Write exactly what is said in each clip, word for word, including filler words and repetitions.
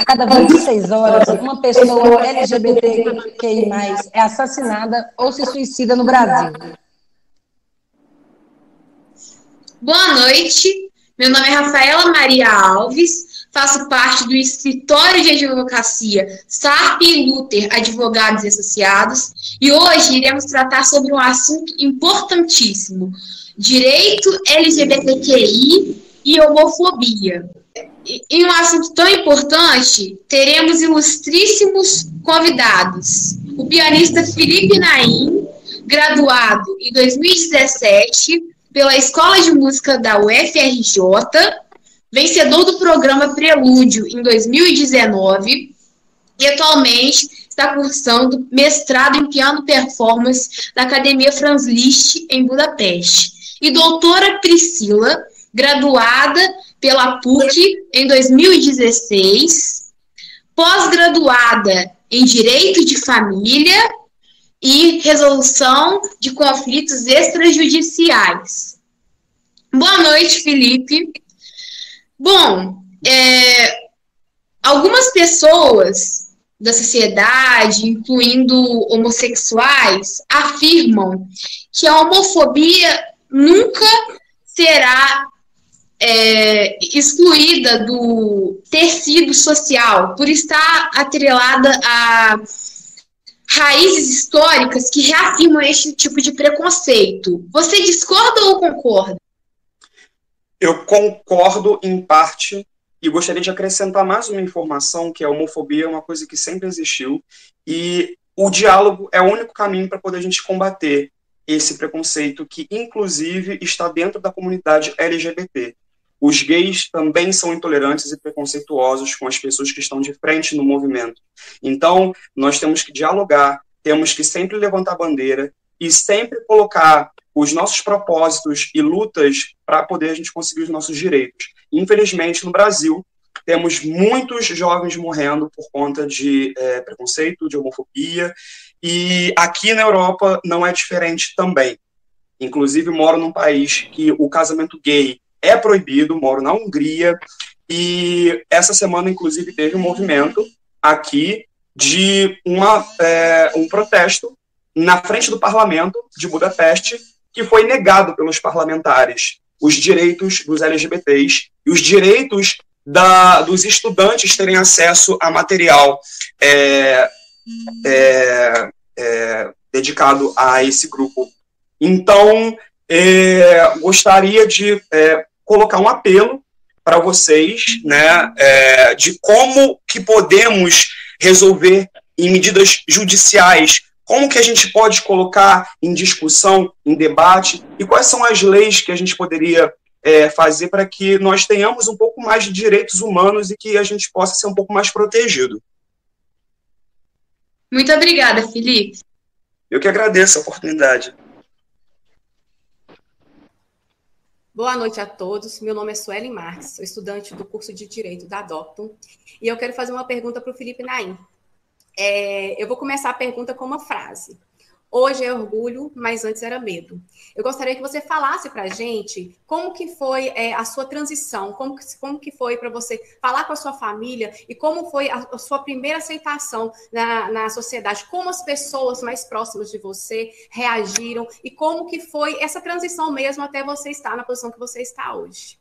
a cada vinte e seis horas, uma pessoa L G B T Q I mais, é assassinada ou se suicida no Brasil. Boa noite, meu nome é Rafaela Maria Alves, faço parte do escritório de advocacia Sarp e Luther Advogados e Associados, e hoje iremos tratar sobre um assunto importantíssimo, direito L G B T Q I e homofobia. Em um assunto tão importante, teremos ilustríssimos convidados. O pianista Felipe Naim, graduado em dois mil e dezessete pela Escola de Música da U F R J, vencedor do programa Prelúdio em dois mil e dezenove e atualmente está cursando mestrado em piano performance da Academia Franz Liszt em Budapeste. E doutora Priscila, graduada pela P U C em dois mil e dezesseis, pós-graduada em Direito de Família e Resolução de Conflitos Extrajudiciais. Boa noite, Felipe. Bom, é, algumas pessoas da sociedade, incluindo homossexuais, afirmam que a homofobia nunca será é, excluída do tecido social, por estar atrelada a raízes históricas que reafirmam este tipo de preconceito. Você discorda ou concorda? Eu concordo em parte e gostaria de acrescentar mais uma informação, que a homofobia é uma coisa que sempre existiu e o diálogo é o único caminho para poder a gente combater esse preconceito que, inclusive, está dentro da comunidade L G B T. Os gays também são intolerantes e preconceituosos com as pessoas que estão de frente no movimento. Então, nós temos que dialogar, temos que sempre levantar a bandeira e sempre colocar os nossos propósitos e lutas para poder a gente conseguir os nossos direitos. Infelizmente, no Brasil, temos muitos jovens morrendo por conta de é, preconceito, de homofobia, e aqui na Europa não é diferente também. Inclusive, moro num país que o casamento gay é proibido, moro na Hungria, e essa semana, inclusive, teve um movimento aqui de uma, é, um protesto na frente do parlamento de Budapeste, que foi negado pelos parlamentares os direitos dos L G B T s e os direitos da, dos estudantes terem acesso a material é, é, é, dedicado a esse grupo. Então, é, gostaria de é, colocar um apelo para vocês, né, é, de como que podemos resolver em medidas judiciais, como que a gente pode colocar em discussão, em debate, e quais são as leis que a gente poderia é, fazer para que nós tenhamos um pouco mais de direitos humanos e que a gente possa ser um pouco mais protegido. Muito obrigada, Felipe. Eu que agradeço a oportunidade. Boa noite a todos. Meu nome é Suelen Marques, sou estudante do curso de Direito da Docton, e eu quero fazer uma pergunta para o Felipe Naim. É, eu vou começar a pergunta com uma frase. Hoje é orgulho, mas antes era medo. Eu gostaria que você falasse para a gente como que foi é, a sua transição, como que, como que foi para você falar com a sua família e como foi a, a sua primeira aceitação na, na sociedade, como as pessoas mais próximas de você reagiram e como que foi essa transição mesmo até você estar na posição que você está hoje.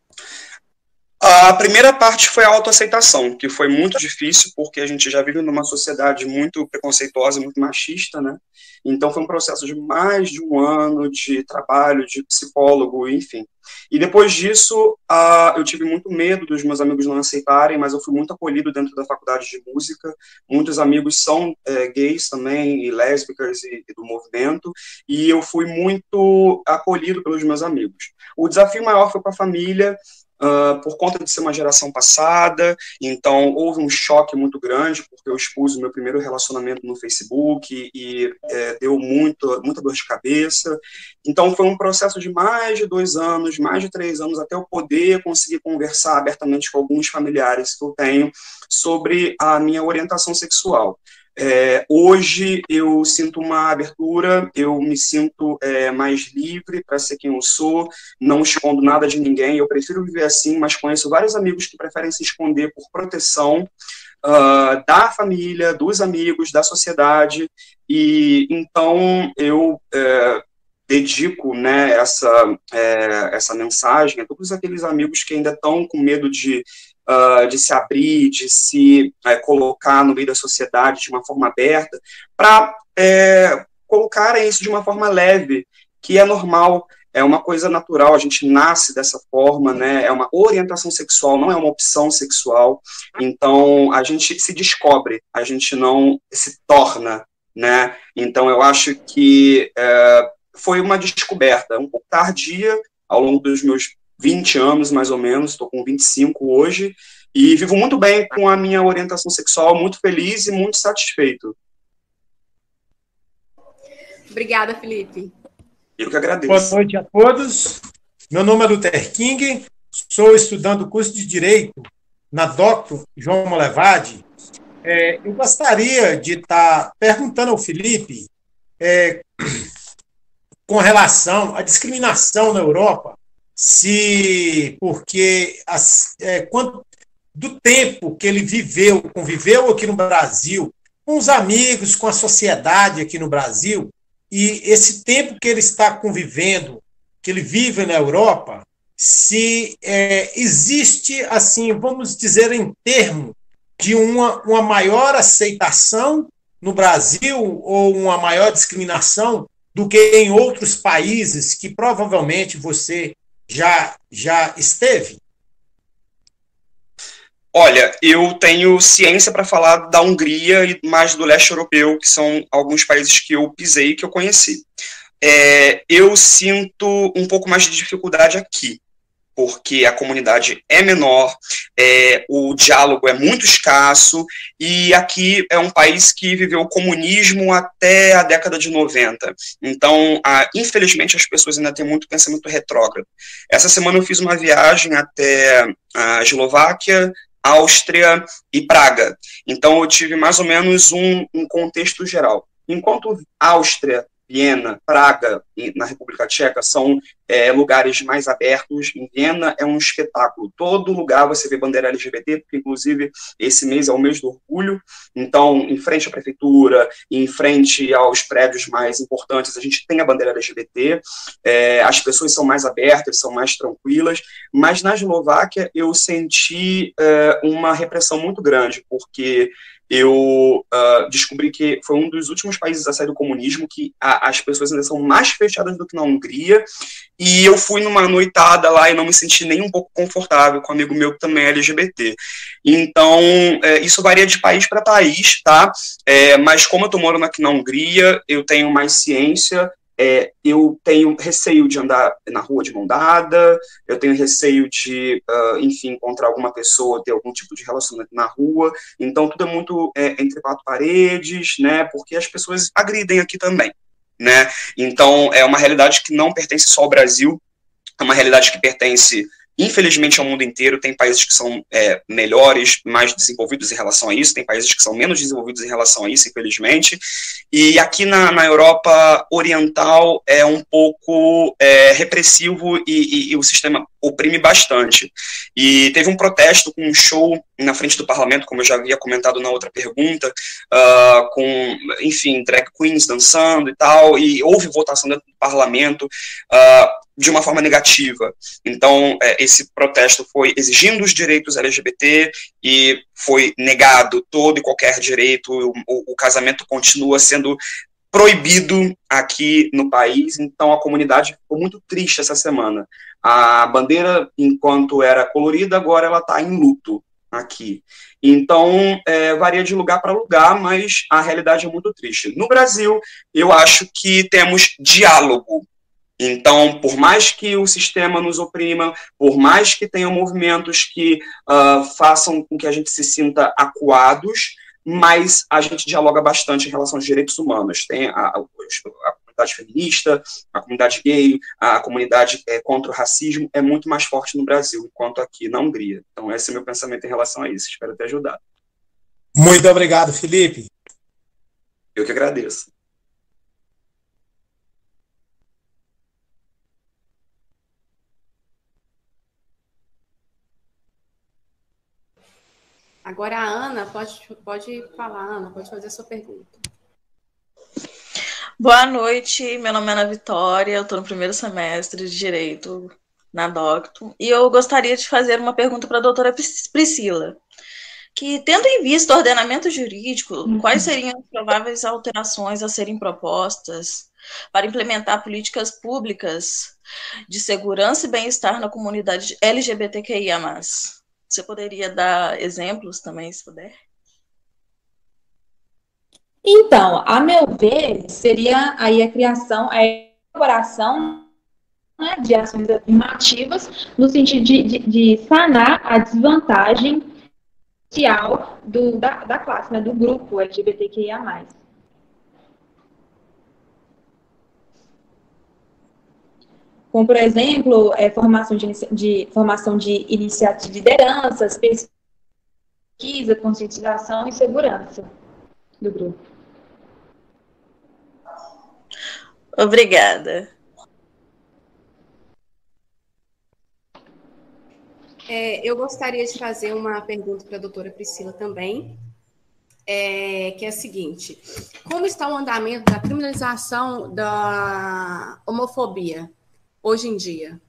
A primeira parte foi a autoaceitação, que foi muito difícil, porque a gente já vive numa sociedade muito preconceituosa, muito machista, né? Então foi um processo de mais de um ano de trabalho, de psicólogo, enfim. E depois disso, uh, eu tive muito medo dos meus amigos não aceitarem, mas eu fui muito acolhido dentro da faculdade de música. Muitos amigos são é, gays também, e lésbicas, e, e do movimento, e eu fui muito acolhido pelos meus amigos. O desafio maior foi com a família, Uh, por conta de ser uma geração passada, então houve um choque muito grande, porque eu expus o meu primeiro relacionamento no Facebook e é, deu muito, muita dor de cabeça. Então foi um processo de mais de dois anos, mais de três anos, até eu poder conseguir conversar abertamente com alguns familiares que eu tenho sobre a minha orientação sexual. É, hoje eu sinto uma abertura, eu me sinto é, mais livre para ser quem eu sou, não escondo nada de ninguém, eu prefiro viver assim, mas conheço vários amigos que preferem se esconder por proteção uh, da família, dos amigos, da sociedade, e então eu é, dedico, né, essa, é, essa mensagem a todos aqueles amigos que ainda estão com medo de Uh, de se abrir, de se uh, colocar no meio da sociedade de uma forma aberta, para é, colocarem isso de uma forma leve, que é normal, é uma coisa natural, a gente nasce dessa forma, né? É uma orientação sexual, não é uma opção sexual, então a gente se descobre, a gente não se torna, né? Então eu acho que é, foi uma descoberta um pouco tardia, ao longo dos meus vinte anos, mais ou menos, estou com vinte e cinco hoje, e vivo muito bem com a minha orientação sexual, muito feliz e muito satisfeito. Obrigada, Felipe. Eu que agradeço. Boa noite a todos. Meu nome é Luther King, sou estudante do curso de Direito na Docton João Molevade. É, eu gostaria de estar perguntando ao Felipe é, com relação à discriminação na Europa, se porque as, é, quando, do tempo que ele viveu, conviveu aqui no Brasil, com os amigos, com a sociedade aqui no Brasil, e esse tempo que ele está convivendo, que ele vive na Europa, se é, existe, assim, vamos dizer, em termos de uma, uma maior aceitação no Brasil ou uma maior discriminação do que em outros países que provavelmente você já, já esteve? Olha, eu tenho ciência para falar da Hungria e mais do leste europeu, que são alguns países que eu pisei, que eu conheci. É, eu sinto um pouco mais de dificuldade aqui, porque a comunidade é menor, é, o diálogo é muito escasso, e aqui é um país que viveu o comunismo até a década de noventa. Então, a, infelizmente, as pessoas ainda têm muito pensamento retrógrado. Essa semana eu fiz uma viagem até a Eslováquia, Áustria e Praga. Então, eu tive mais ou menos um, um contexto geral. Enquanto Áustria, Viena, Praga, na República Tcheca, são é, lugares mais abertos. Em Viena é um espetáculo. Todo lugar você vê bandeira L G B T, porque, inclusive, esse mês é o mês do orgulho. Então, em frente à prefeitura, em frente aos prédios mais importantes, a gente tem a bandeira L G B T. É, as pessoas são mais abertas, são mais tranquilas. Mas, na Eslováquia, eu senti é, uma repressão muito grande, porque eu uh, descobri que foi um dos últimos países a sair do comunismo, que a, as pessoas ainda são mais fechadas do que na Hungria, e eu fui numa noitada lá e não me senti nem um pouco confortável com um amigo meu que também é L G B T. Então, é, isso varia de país para país, tá? É, mas como eu tô morando aqui na Hungria, eu tenho mais ciência. É, eu tenho receio de andar na rua de mão dada, eu tenho receio de, uh, enfim, encontrar alguma pessoa, ter algum tipo de relacionamento na rua, então tudo é muito é, entre quatro paredes, né, porque as pessoas agridem aqui também, né, então é uma realidade que não pertence só ao Brasil, é uma realidade que pertence, infelizmente, ao mundo inteiro. Tem países que são é, melhores, mais desenvolvidos em relação a isso, tem países que são menos desenvolvidos em relação a isso, infelizmente. E aqui na, na Europa Oriental é um pouco é, repressivo e, e, e o sistema oprime bastante. E teve um protesto com um show na frente do parlamento, como eu já havia comentado na outra pergunta, uh, com, enfim, drag queens dançando e tal, e houve votação dentro do parlamento, uh, de uma forma negativa. Então, é, esse protesto foi exigindo os direitos L G B T e foi negado todo e qualquer direito, o, o, o casamento continua sendo proibido aqui no país, então a comunidade ficou muito triste essa semana. A bandeira, enquanto era colorida, agora ela está em luto aqui. Então, é, varia de lugar para lugar, mas a realidade é muito triste. No Brasil, eu acho que temos diálogo. Então, por mais que o sistema nos oprima, por mais que tenham movimentos que uh, façam com que a gente se sinta acuados, mas a gente dialoga bastante em relação aos direitos humanos. Tem a, a, a comunidade feminista, a comunidade gay, a comunidade é, contra o racismo é muito mais forte no Brasil, enquanto aqui na Hungria. Então, esse é o meu pensamento em relação a isso. Espero ter ajudado. Muito obrigado, Felipe. Eu que agradeço. Agora a Ana, pode, pode falar, Ana, pode fazer a sua pergunta. Boa noite, meu nome é Ana Vitória, eu estou no primeiro semestre de Direito na Docto, e eu gostaria de fazer uma pergunta para a doutora Priscila, que, tendo em vista o ordenamento jurídico, uhum. quais seriam as prováveis alterações a serem propostas para implementar políticas públicas de segurança e bem-estar na comunidade L G B T Q I A mais? Você poderia dar exemplos também, se puder? Então, a meu ver, seria aí a criação, a elaboração, né, de ações afirmativas no sentido de, de, de sanar a desvantagem social do, da, da classe, né, do grupo L G B T Q I A mais. Como, por exemplo, é, formação, de, de, formação de iniciativas de lideranças, pesquisa, conscientização e segurança do grupo. Obrigada. É, eu gostaria de fazer uma pergunta para a doutora Priscila também, é, que é a seguinte: como está o andamento da criminalização da homofobia hoje em dia?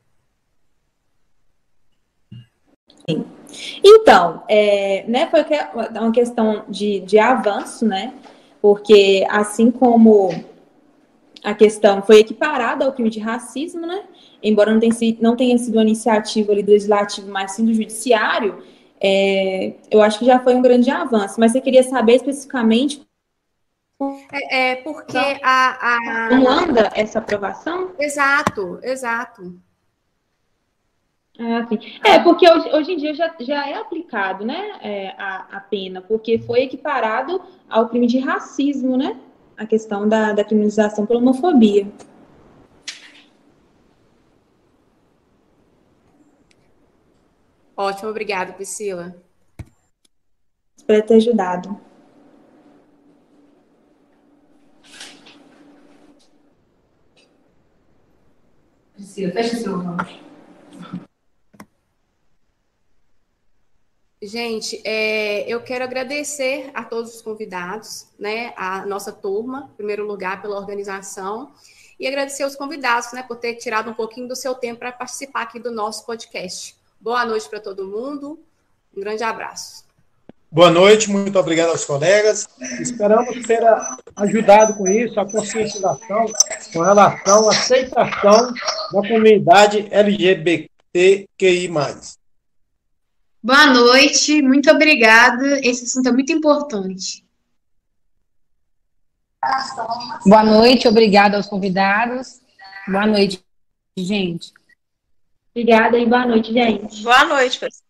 Sim. Então, é, né, foi uma questão de, de avanço, né? Porque assim como a questão foi equiparada ao crime de racismo, né? Embora não tenha sido, não tenha sido uma iniciativa ali do legislativo, mas sim do judiciário, é, eu acho que já foi um grande avanço. Mas você queria saber especificamente... É, é porque a, a... Como anda essa aprovação? Exato, exato. Ah, sim. É, porque hoje, hoje em dia já, já é aplicado, né, é, a, a pena, porque foi equiparado ao crime de racismo, né? A questão da, da criminalização pela homofobia. Ótimo, obrigada, Priscila. Espero ter ajudado. Priscila, fecha o seu nome. Gente, é, eu quero agradecer a todos os convidados, né, a nossa turma, em primeiro lugar, pela organização, e agradecer aos convidados, né, por ter tirado um pouquinho do seu tempo para participar aqui do nosso podcast. Boa noite para todo mundo, um grande abraço. Boa noite, muito obrigado aos colegas. Esperamos ter ajudado com isso, a conscientização com relação à aceitação da comunidade L G B T Q I mais. Boa noite, muito obrigada. Esse assunto é muito importante. Boa noite, obrigada aos convidados. Boa noite, gente. Obrigada e boa noite, gente. Boa noite, pessoal.